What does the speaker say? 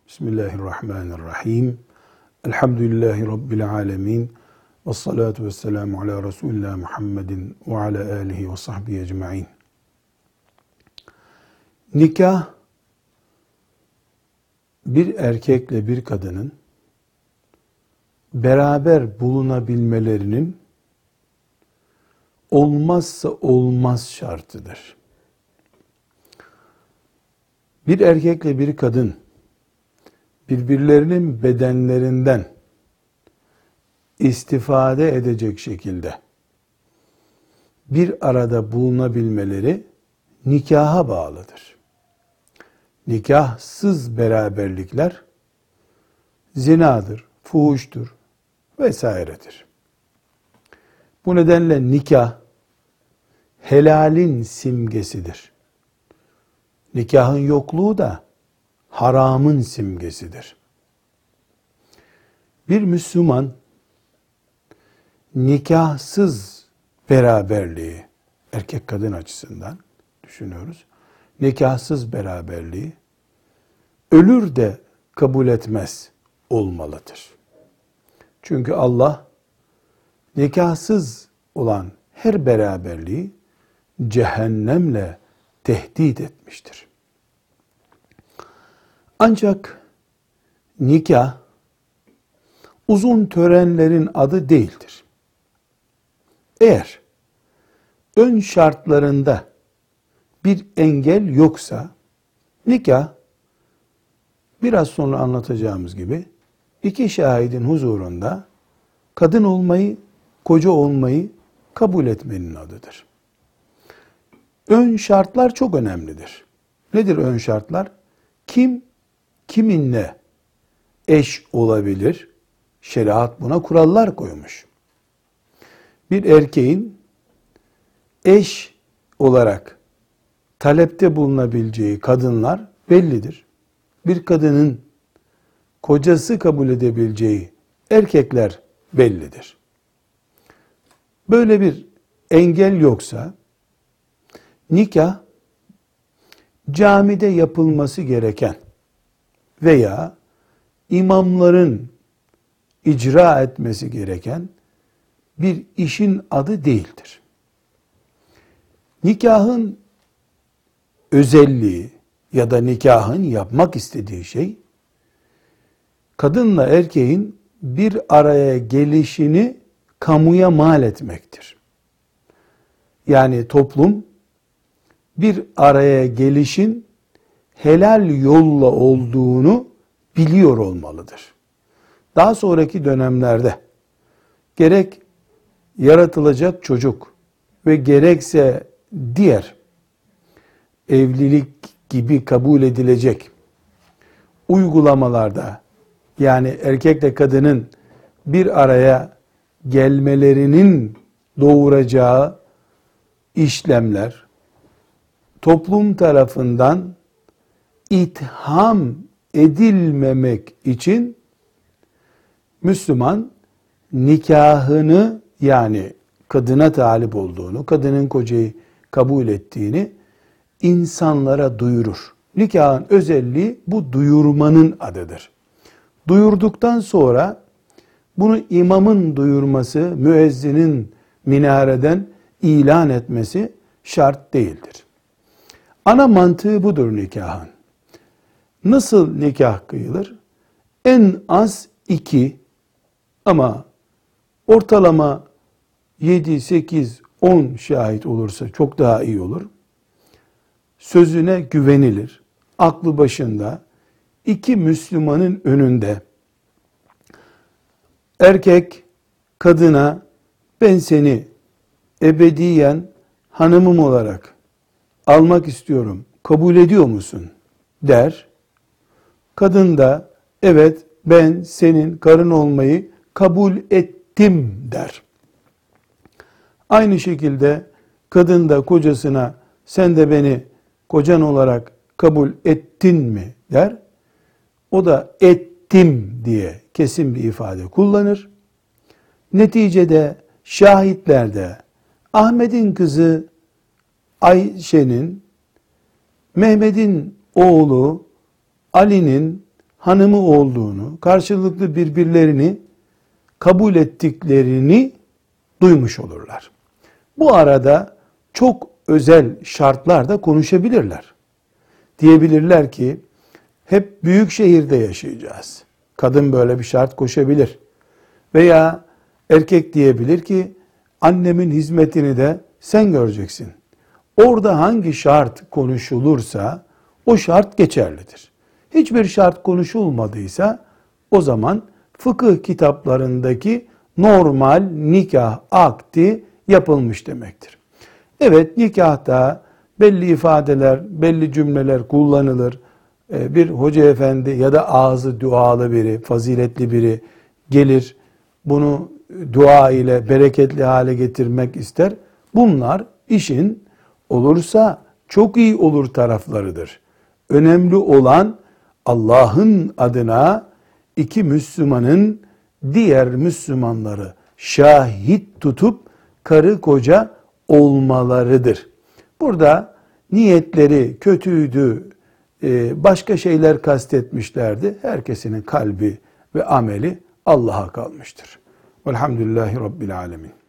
Bismillahirrahmanirrahim. Elhamdülillahi Rabbil alemin. Vessalatu vesselamu ala Resulillah Muhammedin ve ala alihi ve sahbihi ecma'in. Nikah, bir erkekle bir kadının beraber bulunabilmelerinin olmazsa olmaz şartıdır. Bir erkekle bir kadın birbirlerinin bedenlerinden istifade edecek şekilde bir arada bulunabilmeleri nikaha bağlıdır. Nikahsız beraberlikler zinadır, fuhuştur vesairedir. Bu nedenle nikah helalin simgesidir. Nikahın yokluğu da haramın simgesidir. Bir Müslüman nikahsız beraberliği, erkek kadın açısından düşünüyoruz. Nikahsız beraberliği ölür de kabul etmez olmalıdır. Çünkü Allah nikahsız olan her beraberliği cehennemle tehdit etmiştir. Ancak nikah uzun törenlerin adı değildir. Eğer ön şartlarında bir engel yoksa nikah biraz sonra anlatacağımız gibi iki şahidin huzurunda kadın olmayı, koca olmayı kabul etmenin adıdır. Ön şartlar çok önemlidir. Nedir ön şartlar? Kim kiminle eş olabilir? Şeriat buna kurallar koymuş. Bir erkeğin eş olarak talepte bulunabileceği kadınlar bellidir. Bir kadının kocası kabul edebileceği erkekler bellidir. Böyle bir engel yoksa nikah camide yapılması gereken veya imamların icra etmesi gereken bir işin adı değildir. Nikahın özelliği ya da nikahın yapmak istediği şey, kadınla erkeğin bir araya gelişini kamuya mal etmektir. Yani toplum bir araya gelişin helal yolla olduğunu biliyor olmalıdır. Daha sonraki dönemlerde gerek yaratılacak çocuk ve gerekse diğer evlilik gibi kabul edilecek uygulamalarda, yani erkekle kadının bir araya gelmelerinin doğuracağı işlemler toplum tarafından itham edilmemek için Müslüman nikahını, yani kadına talip olduğunu, kadının kocayı kabul ettiğini insanlara duyurur. Nikahın özelliği bu duyurmanın adıdır. Duyurduktan sonra bunu imamın duyurması, müezzinin minareden ilan etmesi şart değildir. Ana mantığı budur nikahın. Nasıl nikah kıyılır? En az 2 ama ortalama 7, 8, 10 şahit olursa çok daha iyi olur. Sözüne güvenilir. Aklı başında 2 Müslümanın önünde erkek kadına ben seni ebediyen hanımım olarak almak istiyorum, kabul ediyor musun der. Kadın da evet ben senin karın olmayı kabul ettim der. Aynı şekilde kadın da kocasına sen de beni kocan olarak kabul ettin mi der. O da ettim diye kesin bir ifade kullanır. Neticede şahitlerde Ahmet'in kızı Ayşe'nin, Mehmet'in oğlu Ali'nin hanımı olduğunu, karşılıklı birbirlerini kabul ettiklerini duymuş olurlar. Bu arada çok özel şartlarda konuşabilirler. Diyebilirler ki hep büyük şehirde yaşayacağız. Kadın böyle bir şart koşabilir. Veya erkek diyebilir ki annemin hizmetini de sen göreceksin. Orada hangi şart konuşulursa o şart geçerlidir. Hiçbir şart konuşulmadıysa o zaman fıkıh kitaplarındaki normal nikah akdi yapılmış demektir. Evet, nikahta belli ifadeler, belli cümleler kullanılır. Bir hoca efendi ya da ağzı dualı biri, faziletli biri gelir, bunu dua ile bereketli hale getirmek ister. Bunlar işin olursa çok iyi olur taraflarıdır. Önemli olan Allah'ın adına iki Müslümanın diğer Müslümanları şahit tutup karı koca olmalarıdır. Burada niyetleri kötüydü, başka şeyler kastetmişlerdi. Herkesinin kalbi ve ameli Allah'a kalmıştır. Velhamdülillahi Rabbil Alemin.